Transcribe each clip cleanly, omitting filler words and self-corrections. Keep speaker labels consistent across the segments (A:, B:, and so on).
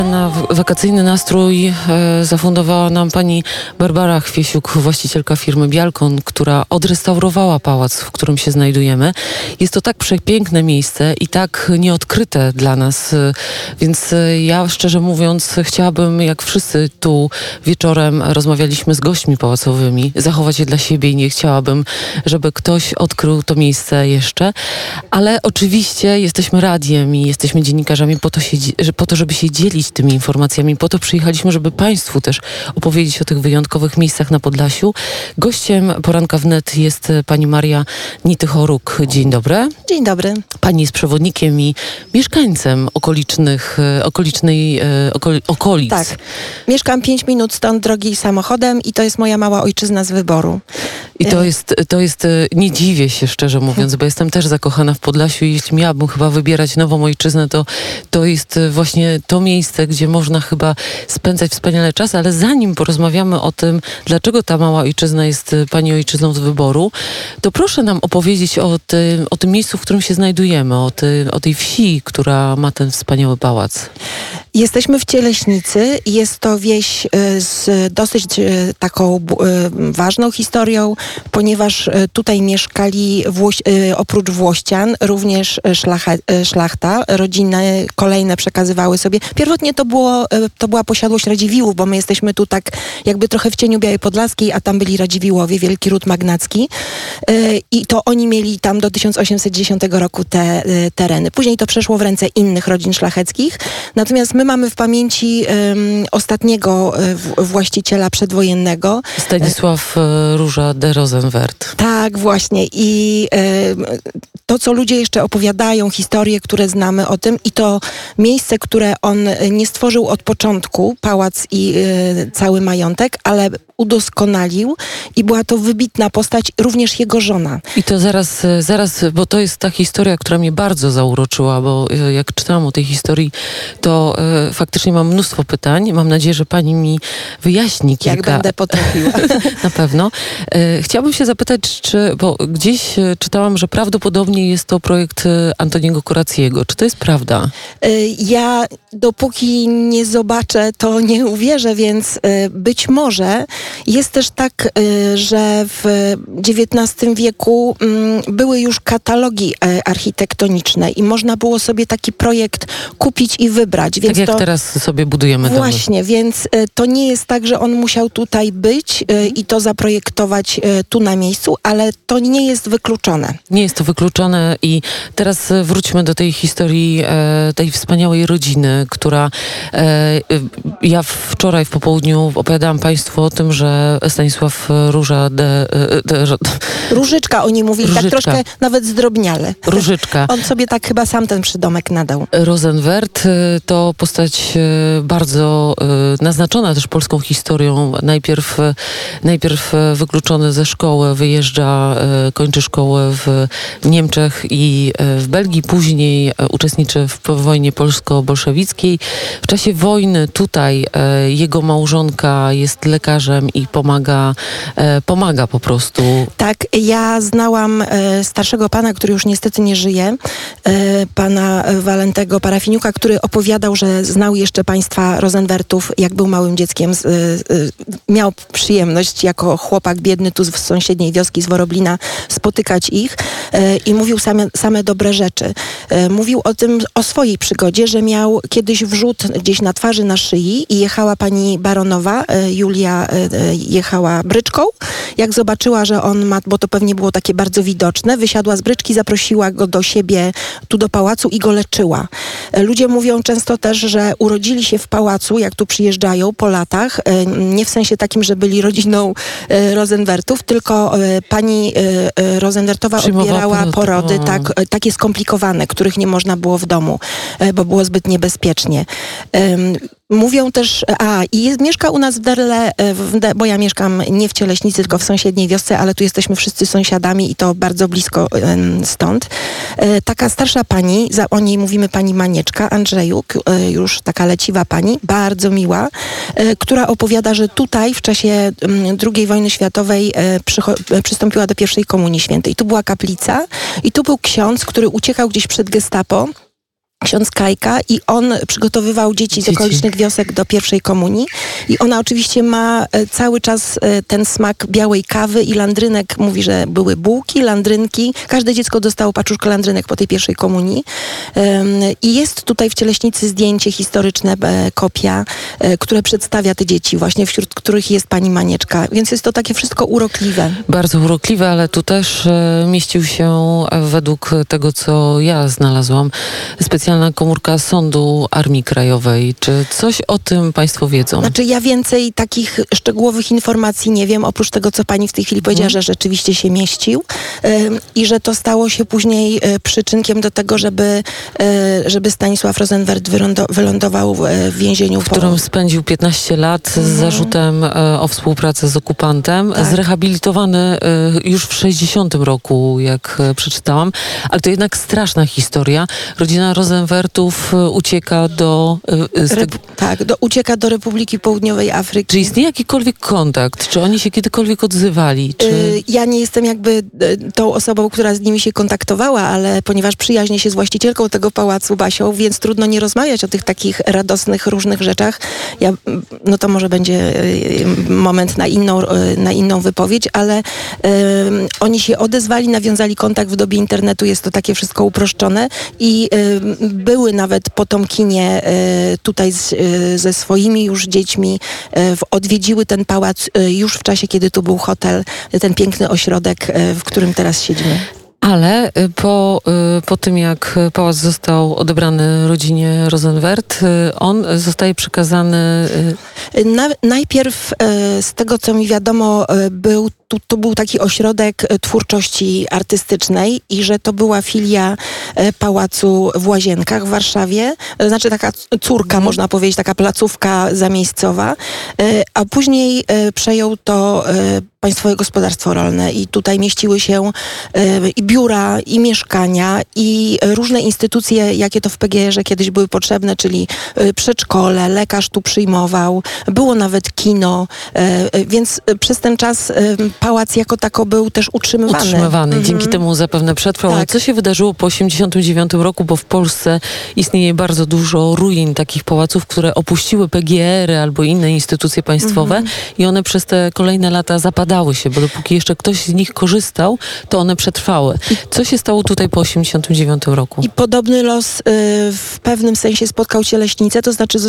A: Na wakacyjny nastrój zafundowała nam pani Barbara Chwiesiuk, właścicielka firmy Bialkon, która odrestaurowała pałac, w którym się znajdujemy. Jest to tak przepiękne miejsce i tak nieodkryte dla nas, więc ja szczerze mówiąc chciałabym, jak wszyscy tu wieczorem rozmawialiśmy z gośćmi pałacowymi, zachować je dla siebie i nie chciałabym, żeby ktoś odkrył to miejsce jeszcze, ale oczywiście jesteśmy radiem i jesteśmy dziennikarzami po to, żeby się dzielić tymi informacjami. Po to przyjechaliśmy, żeby Państwu też opowiedzieć o tych wyjątkowych miejscach na Podlasiu. Gościem Poranka Wnet jest pani Maria Nitychoruk. Dzień dobry.
B: Dzień dobry.
A: Pani jest przewodnikiem i mieszkańcem okolic.
B: Tak. Mieszkam 5 minut stąd drogi samochodem i to jest moja mała ojczyzna z wyboru.
A: I to jest, nie dziwię się szczerze mówiąc, bo jestem też zakochana w Podlasiu i jeśli miałabym chyba wybierać nową ojczyznę, to jest właśnie to miejsce, gdzie można chyba spędzać wspaniale czas, ale zanim porozmawiamy o tym, dlaczego ta mała ojczyzna jest pani ojczyzną z wyboru, to proszę nam opowiedzieć o tym miejscu, w którym się znajdujemy, o tej wsi, która ma ten wspaniały pałac.
B: Jesteśmy w Cieleśnicy. Jest to wieś z dosyć taką ważną historią, ponieważ tutaj mieszkali oprócz Włościan również szlachta. Rodziny kolejne przekazywały sobie. Pierwotnie to była posiadłość Radziwiłłów, bo my jesteśmy tu tak jakby trochę w cieniu Białej Podlaskiej, a tam byli Radziwiłłowie, wielki ród magnacki. I to oni mieli tam do 1810 roku te tereny. Później to przeszło w ręce innych rodzin szlacheckich. Natomiast my mamy w pamięci ostatniego właściciela przedwojennego.
A: Stanisław Róża de Rosenwert.
B: Tak, właśnie. I to, co ludzie jeszcze opowiadają, historie, które znamy o tym i to miejsce, które on nie stworzył od początku, pałac i cały majątek, ale udoskonalił i była to wybitna postać, również jego żona.
A: I to zaraz, bo to jest ta historia, która mnie bardzo zauroczyła, bo jak czytałam o tej historii, to faktycznie mam mnóstwo pytań. Mam nadzieję, że pani mi wyjaśni kilka.
B: Jak będę potrafiła.
A: Na pewno. Chciałabym się zapytać, bo gdzieś czytałam, że prawdopodobnie jest to projekt Antoniego Korackiego. Czy to jest prawda?
B: Ja dopóki nie zobaczę, to nie uwierzę, więc być może jest też tak, że w XIX wieku były już katalogi architektoniczne i można było sobie taki projekt kupić i wybrać. Więc
A: tak jak teraz sobie budujemy domy.
B: Właśnie, więc to nie jest tak, że on musiał tutaj być i to zaprojektować tu na miejscu, ale to nie jest wykluczone.
A: Nie jest to wykluczone i teraz wróćmy do tej historii tej wspaniałej rodziny, która ja wczoraj w popołudniu opowiadałam Państwu o tym, że Stanisław Róża
B: Różyczka oni mówili,
A: Różyczka.
B: Tak troszkę nawet zdrobniale.
A: Różyczka.
B: On sobie tak chyba sam ten przydomek nadał.
A: Rosenwert to postać bardzo naznaczona też polską historią. Najpierw wykluczony ze szkoły, wyjeżdża, kończy szkołę w Niemczech i w Belgii, później uczestniczy w wojnie polsko-bolszewickiej. W czasie wojny tutaj jego małżonka jest lekarzem i pomaga po prostu.
B: Tak, ja znałam starszego pana, który już niestety nie żyje, pana Walentego Parafiniuka, który opowiadał, że znał jeszcze państwa Rosenwertów, jak był małym dzieckiem. Miał przyjemność jako chłopak biedny tu z sąsiedniej wioski, z Woroblina, spotykać ich i mówił same dobre rzeczy. Mówił o swojej przygodzie, że miał kiedyś wrzód gdzieś na twarzy, na szyi i jechała pani baronowa, Julia jechała bryczką. Jak zobaczyła, że on ma, bo to pewnie było takie bardzo widoczne, wysiadła z bryczki, zaprosiła go do siebie tu do pałacu i go leczyła. Ludzie mówią często też, że urodzili się w pałacu, jak tu przyjeżdżają po latach, nie w sensie takim, że byli rodziną Rosenwertów, tylko pani Rosenwertowa odbierała porody takie skomplikowane, których nie można było w domu, bo było zbyt niebezpiecznie. Mówią też, mieszka u nas w Derle, bo ja mieszkam nie w Cieleśnicy, tylko w sąsiedniej wiosce, ale tu jesteśmy wszyscy sąsiadami i to bardzo blisko stąd. Taka starsza pani, o niej mówimy pani Manieczka, Andrzejuk, już taka leciwa pani, bardzo miła, która opowiada, że tutaj w czasie II wojny światowej przystąpiła do pierwszej komunii świętej. Tu była kaplica i tu był ksiądz, który uciekał gdzieś przed gestapo. ksiądz Kajka i on przygotowywał dzieci z okolicznych wiosek do pierwszej komunii i ona oczywiście ma cały czas ten smak białej kawy i landrynek. Mówi, że były bułki, landrynki. Każde dziecko dostało paczuszkę landrynek po tej pierwszej komunii. I jest tutaj w Cieleśnicy zdjęcie historyczne, kopia, które przedstawia te dzieci właśnie, wśród których jest pani Manieczka. Więc jest to takie wszystko urokliwe.
A: Bardzo urokliwe, ale tu też mieścił się według tego, co ja znalazłam, specjalna komórka Sądu Armii Krajowej. Czy coś o tym państwo wiedzą?
B: Znaczy ja więcej takich szczegółowych informacji nie wiem, oprócz tego, co pani w tej chwili powiedziała, że rzeczywiście się mieścił i że to stało się później przyczynkiem do tego, żeby Stanisław Rosenwert wylądował w więzieniu.
A: W którym spędził 15 lat z zarzutem o współpracę z okupantem.
B: Tak.
A: Zrehabilitowany już w 60 roku, jak przeczytałam. Ale to jednak straszna historia. Rodzina Rosenwertów ucieka
B: ucieka do Republiki Południowej Afryki.
A: Czy istnieje jakikolwiek kontakt? Czy oni się kiedykolwiek odzywali?
B: Ja nie jestem jakby tą osobą, która z nimi się kontaktowała, ale ponieważ przyjaźnię się z właścicielką tego pałacu, Basią, więc trudno nie rozmawiać o tych takich radosnych, różnych rzeczach. No to może będzie moment na inną wypowiedź, ale oni się odezwali, nawiązali kontakt w dobie internetu, jest to takie wszystko uproszczone i były nawet potomkinie tutaj ze swoimi już dziećmi, odwiedziły ten pałac już w czasie, kiedy tu był hotel, ten piękny ośrodek, w którym teraz siedzimy.
A: Ale po tym, jak pałac został odebrany rodzinie Rosenwert, on zostaje przekazany...
B: Najpierw, z tego co mi wiadomo, to był taki ośrodek twórczości artystycznej i że to była filia pałacu w Łazienkach w Warszawie, znaczy taka córka, można powiedzieć, taka placówka zamiejscowa, a później przejął to Państwowe Gospodarstwo Rolne i tutaj mieściły się i biura, i mieszkania, i różne instytucje, jakie to w PGR-ze kiedyś były potrzebne, czyli przedszkole, lekarz tu przyjmował, było nawet kino, więc przez ten czas pałac jako tako był też utrzymywany.
A: Dzięki temu zapewne przetrwał.
B: Tak.
A: Co się wydarzyło po 1989 roku, bo w Polsce istnieje bardzo dużo ruin takich pałaców, które opuściły PGR-y albo inne instytucje państwowe i one przez te kolejne lata zapadały się, bo dopóki jeszcze ktoś z nich korzystał, to one przetrwały. Co się stało tutaj po 1989 roku?
B: I podobny los w pewnym sensie spotkał Cieleśnicę, to znaczy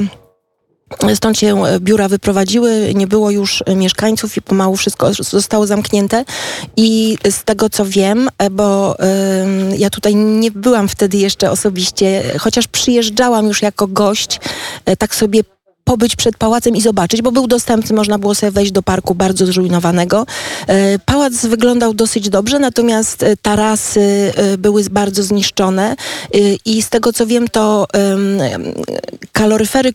B: stąd się biura wyprowadziły, nie było już mieszkańców i pomału wszystko zostało zamknięte. I z tego co wiem, bo ja tutaj nie byłam wtedy jeszcze osobiście, chociaż przyjeżdżałam już jako gość, tak sobie pobyć przed pałacem i zobaczyć, bo był dostępny, można było sobie wejść do parku bardzo zrujnowanego. Pałac wyglądał dosyć dobrze, natomiast tarasy były bardzo zniszczone i z tego co wiem, to kaloryfery,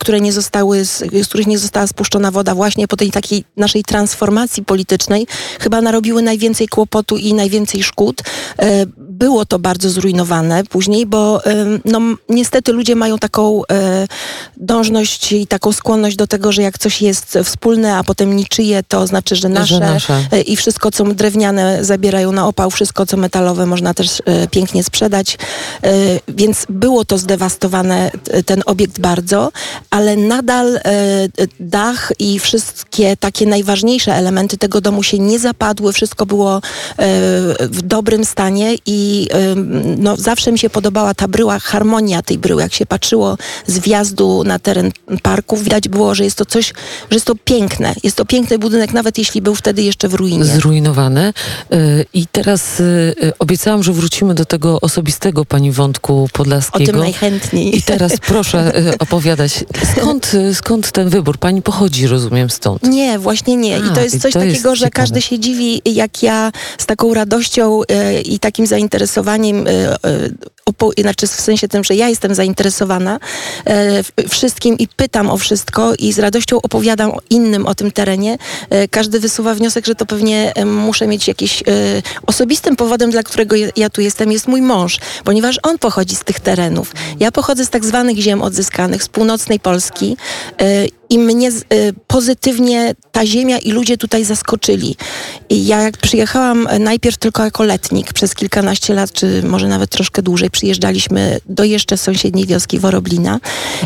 B: z których nie została spuszczona woda właśnie po tej takiej naszej transformacji politycznej, chyba narobiły najwięcej kłopotu i najwięcej szkód. Było to bardzo zrujnowane później, bo niestety ludzie mają taką dążność i taką skłonność do tego, że jak coś jest wspólne, a potem niczyje, to znaczy, że nasze. I wszystko, co drewniane zabierają na opał, wszystko, co metalowe można też pięknie sprzedać. Więc było to zdewastowane, ten obiekt bardzo, ale nadal dach i wszystkie takie najważniejsze elementy tego domu się nie zapadły, wszystko było w dobrym stanie i zawsze mi się podobała ta bryła, harmonia tej bryły. Jak się patrzyło z wjazdu na teren parku, widać było, że jest to coś, że jest to piękne. Jest to piękny budynek, nawet jeśli był wtedy jeszcze w ruinie.
A: Zrujnowany. I teraz obiecałam, że wrócimy do tego osobistego pani wątku podlaskiego.
B: O tym najchętniej.
A: I teraz proszę opowiadać, skąd ten wybór? Pani pochodzi, rozumiem, stąd.
B: Nie, właśnie nie. I to jest coś takiego, że każdy się dziwi, jak ja z taką radością i takim zainteresowaniem znaczy w sensie tym, że ja jestem zainteresowana wszystkim i pytam o wszystko i z radością opowiadam innym o tym terenie. Każdy wysuwa wniosek, że to pewnie muszę mieć jakiś osobistym powodem, dla którego ja tu jestem, jest mój mąż, ponieważ on pochodzi z tych terenów. Ja pochodzę z tak zwanych ziem odzyskanych, z północnej Polski i mnie pozytywnie ta ziemia i ludzie tutaj zaskoczyli. I ja jak przyjechałam najpierw tylko jako letnik przez kilkanaście lat, czy może nawet troszkę dłużej, przyjeżdżaliśmy do jeszcze sąsiedniej wioski Woroblina,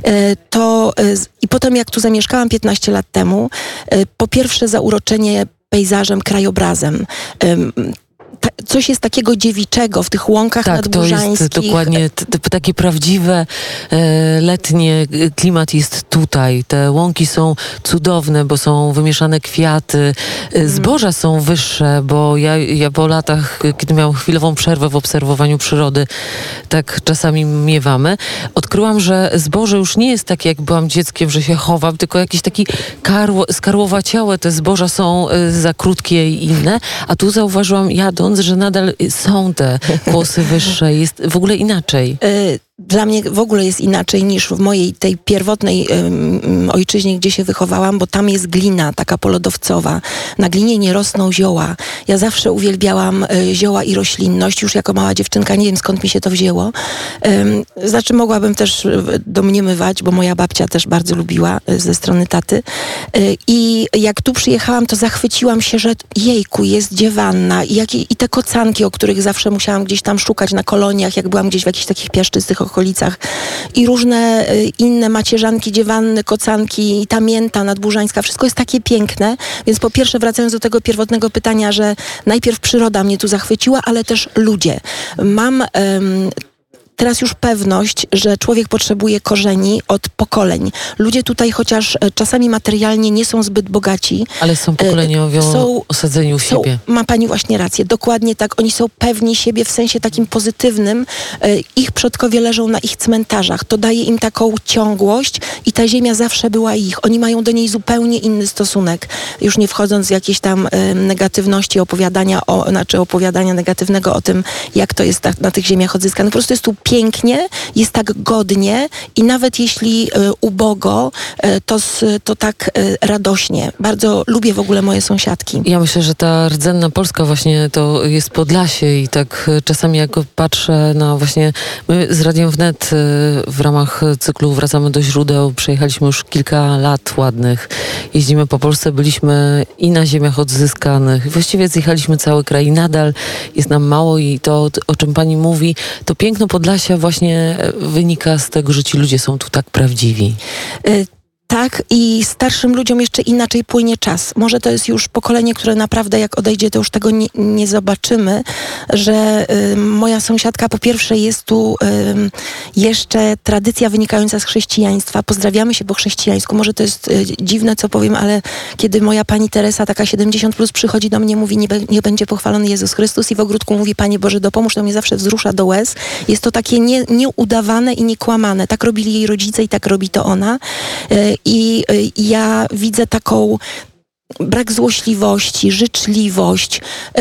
B: i potem jak tu zamieszkałam 15 lat temu, po pierwsze zauroczenie pejzażem, krajobrazem. Coś jest takiego dziewiczego w tych łąkach nadburzańskich.
A: To jest dokładnie takie prawdziwe letnie klimat jest tutaj. Te łąki są cudowne, bo są wymieszane kwiaty. Zboża są wyższe, bo ja po latach, kiedy miałam chwilową przerwę w obserwowaniu przyrody, tak czasami miewamy, odkryłam, że zboże już nie jest takie, jak byłam dzieckiem, że się chowam, tylko jakieś takie skarłowaciałe te zboża są za krótkie i inne. A tu zauważyłam jadąc, że nadal są te kłosy wyższe, jest w ogóle inaczej.
B: Dla mnie w ogóle jest inaczej niż w mojej tej pierwotnej ojczyźnie, gdzie się wychowałam, bo tam jest glina taka polodowcowa. Na glinie nie rosną zioła. Ja zawsze uwielbiałam zioła i roślinność. Już jako mała dziewczynka, nie wiem skąd mi się to wzięło. Znaczy mogłabym też domniemywać, bo moja babcia też bardzo lubiła ze strony taty. I jak tu przyjechałam, to zachwyciłam się, że jejku, jest dziewanna i te kocanki, o których zawsze musiałam gdzieś tam szukać na koloniach, jak byłam gdzieś w jakichś takich piaszczystych okolicach i różne inne macierzanki, dziewanny, kocanki i ta mięta nadburzańska, wszystko jest takie piękne, więc po pierwsze wracając do tego pierwotnego pytania, że najpierw przyroda mnie tu zachwyciła, ale też ludzie. Mam teraz już pewność, że człowiek potrzebuje korzeni od pokoleń. Ludzie tutaj, chociaż czasami materialnie nie są zbyt bogaci,
A: ale są pokoleniowo osadzeni u siebie.
B: Ma pani właśnie rację. Dokładnie tak. Oni są pewni siebie w sensie takim pozytywnym. Ich przodkowie leżą na ich cmentarzach. To daje im taką ciągłość i ta ziemia zawsze była ich. Oni mają do niej zupełnie inny stosunek. Już nie wchodząc w jakieś tam negatywności, opowiadania negatywnego o tym, jak to jest na tych ziemiach odzyskanych. Po prostu jest tu pięknie, jest tak godnie i nawet jeśli ubogo, to tak radośnie. Bardzo lubię w ogóle moje sąsiadki.
A: Ja myślę, że ta rdzenna Polska właśnie to jest Podlasie i tak czasami jak patrzę na właśnie, my z Radiem Wnet w ramach cyklu Wracamy do źródeł przejechaliśmy już kilka lat ładnych. Jeździmy po Polsce, byliśmy i na ziemiach odzyskanych. Właściwie zjechaliśmy cały kraj i nadal jest nam mało i to, o czym pani mówi, to piękno Podlasia właśnie wynika z tego, że ci ludzie są tu tak prawdziwi.
B: Tak, i starszym ludziom jeszcze inaczej płynie czas. Może to jest już pokolenie, które naprawdę jak odejdzie, to już tego nie zobaczymy, że moja sąsiadka po pierwsze jest tu jeszcze tradycja wynikająca z chrześcijaństwa. Pozdrawiamy się po chrześcijańsku. Może to jest dziwne, co powiem, ale kiedy moja pani Teresa, taka 70+, przychodzi do mnie, mówi, niech będzie pochwalony Jezus Chrystus i w ogródku mówi, Panie Boże, dopomóż, to mnie zawsze wzrusza do łez. Jest to takie nieudawane i niekłamane. Tak robili jej rodzice i tak robi to ona. I ja widzę taką brak złośliwości, życzliwość,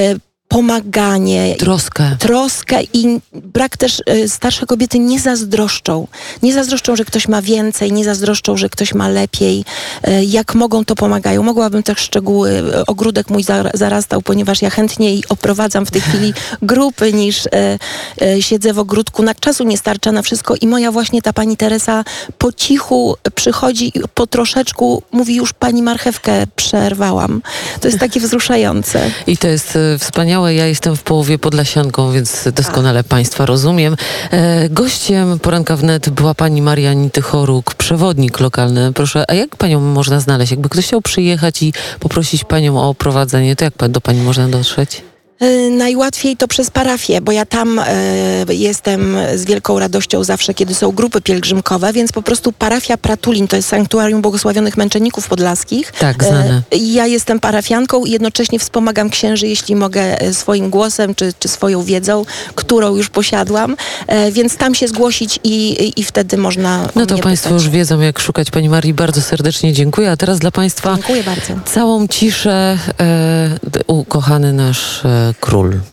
B: pomaganie. Troskę i brak też starsze kobiety nie zazdroszczą. Nie zazdroszczą, że ktoś ma więcej, nie zazdroszczą, że ktoś ma lepiej. Jak mogą, to pomagają. Mogłabym też szczegóły. Ogródek mój zarastał, ponieważ ja chętniej oprowadzam w tej chwili grupy niż siedzę w ogródku. Czasu nie starcza na wszystko i moja właśnie ta pani Teresa po cichu przychodzi i po troszeczku mówi, już pani marchewkę przerwałam. To jest takie wzruszające.
A: I to jest wspaniałe. Ja jestem w połowie podlasianką, więc doskonale państwa rozumiem. Gościem Poranka Wnet była pani Maria Nitychoruk, przewodnik lokalny. Proszę, a jak panią można znaleźć? Jakby ktoś chciał przyjechać i poprosić panią o prowadzenie, to jak do pani można dotrzeć?
B: Najłatwiej to przez parafię, bo ja tam jestem z wielką radością zawsze, kiedy są grupy pielgrzymkowe, więc po prostu parafia Pratulin, to jest Sanktuarium Błogosławionych Męczenników Podlaskich.
A: Tak, znane.
B: Ja jestem parafianką i jednocześnie wspomagam księży, jeśli mogę, swoim głosem czy swoją wiedzą, którą już posiadłam, więc tam się zgłosić i wtedy można
A: No to państwo już wiedzą, jak szukać pani Marii. Bardzo serdecznie dziękuję, a teraz dla państwa
B: dziękuję bardzo.
A: Całą ciszę ukochany nasz król.